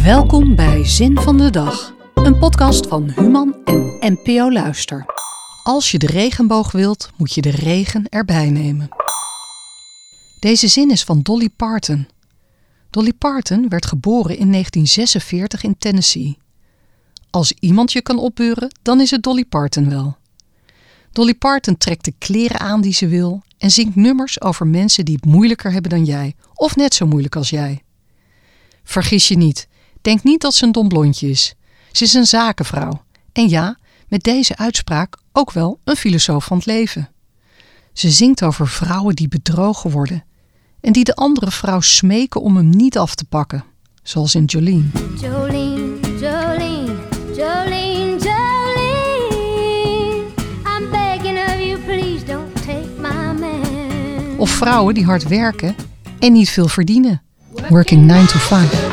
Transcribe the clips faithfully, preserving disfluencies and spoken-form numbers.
Welkom bij Zin van de Dag, een podcast van Human en N P O Luister. Als je de regenboog wilt, moet je de regen erbij nemen. Deze zin is van Dolly Parton. Dolly Parton werd geboren in negentien zesenveertig in Tennessee. Als iemand je kan opbeuren, dan is het Dolly Parton wel. Dolly Parton trekt de kleren aan die ze wil en zingt nummers over mensen die het moeilijker hebben dan jij, of net zo moeilijk als jij. Vergis je niet, denk niet dat ze een dom blondje is. Ze is een zakenvrouw en ja, met deze uitspraak ook wel een filosoof van het leven. Ze zingt over vrouwen die bedrogen worden en die de andere vrouw smeken om hem niet af te pakken, zoals in Jolene. Jolene, Jolene, Jolene, Jolene, I'm begging of you, please don't take my man. Of vrouwen die hard werken en niet veel verdienen. Working nine to five.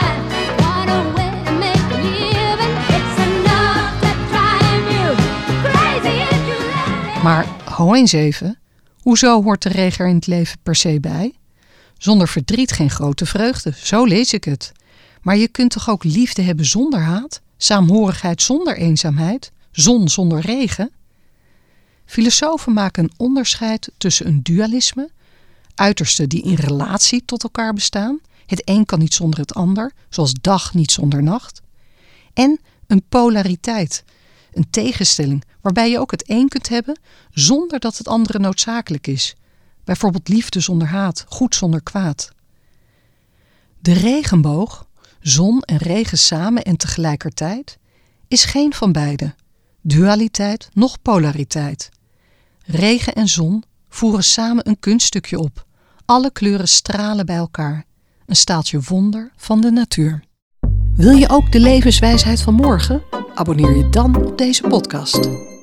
Maar ho eens even, hoezo hoort de regen er in het leven per se bij? Zonder verdriet geen grote vreugde, zo lees ik het. Maar je kunt toch ook liefde hebben zonder haat? Saamhorigheid zonder eenzaamheid? Zon zonder regen? Filosofen maken een onderscheid tussen een dualisme, uitersten die in relatie tot elkaar bestaan, het een kan niet zonder het ander, zoals dag niet zonder nacht, en een polariteit, een tegenstelling waarbij je ook het een kunt hebben zonder dat het andere noodzakelijk is. Bijvoorbeeld liefde zonder haat, goed zonder kwaad. De regenboog, zon en regen samen en tegelijkertijd, is geen van beide, dualiteit noch polariteit. Regen en zon voeren samen een kunststukje op. Alle kleuren stralen bij elkaar. Een staaltje wonder van de natuur. Wil je ook de levenswijsheid van morgen? Abonneer je dan op deze podcast.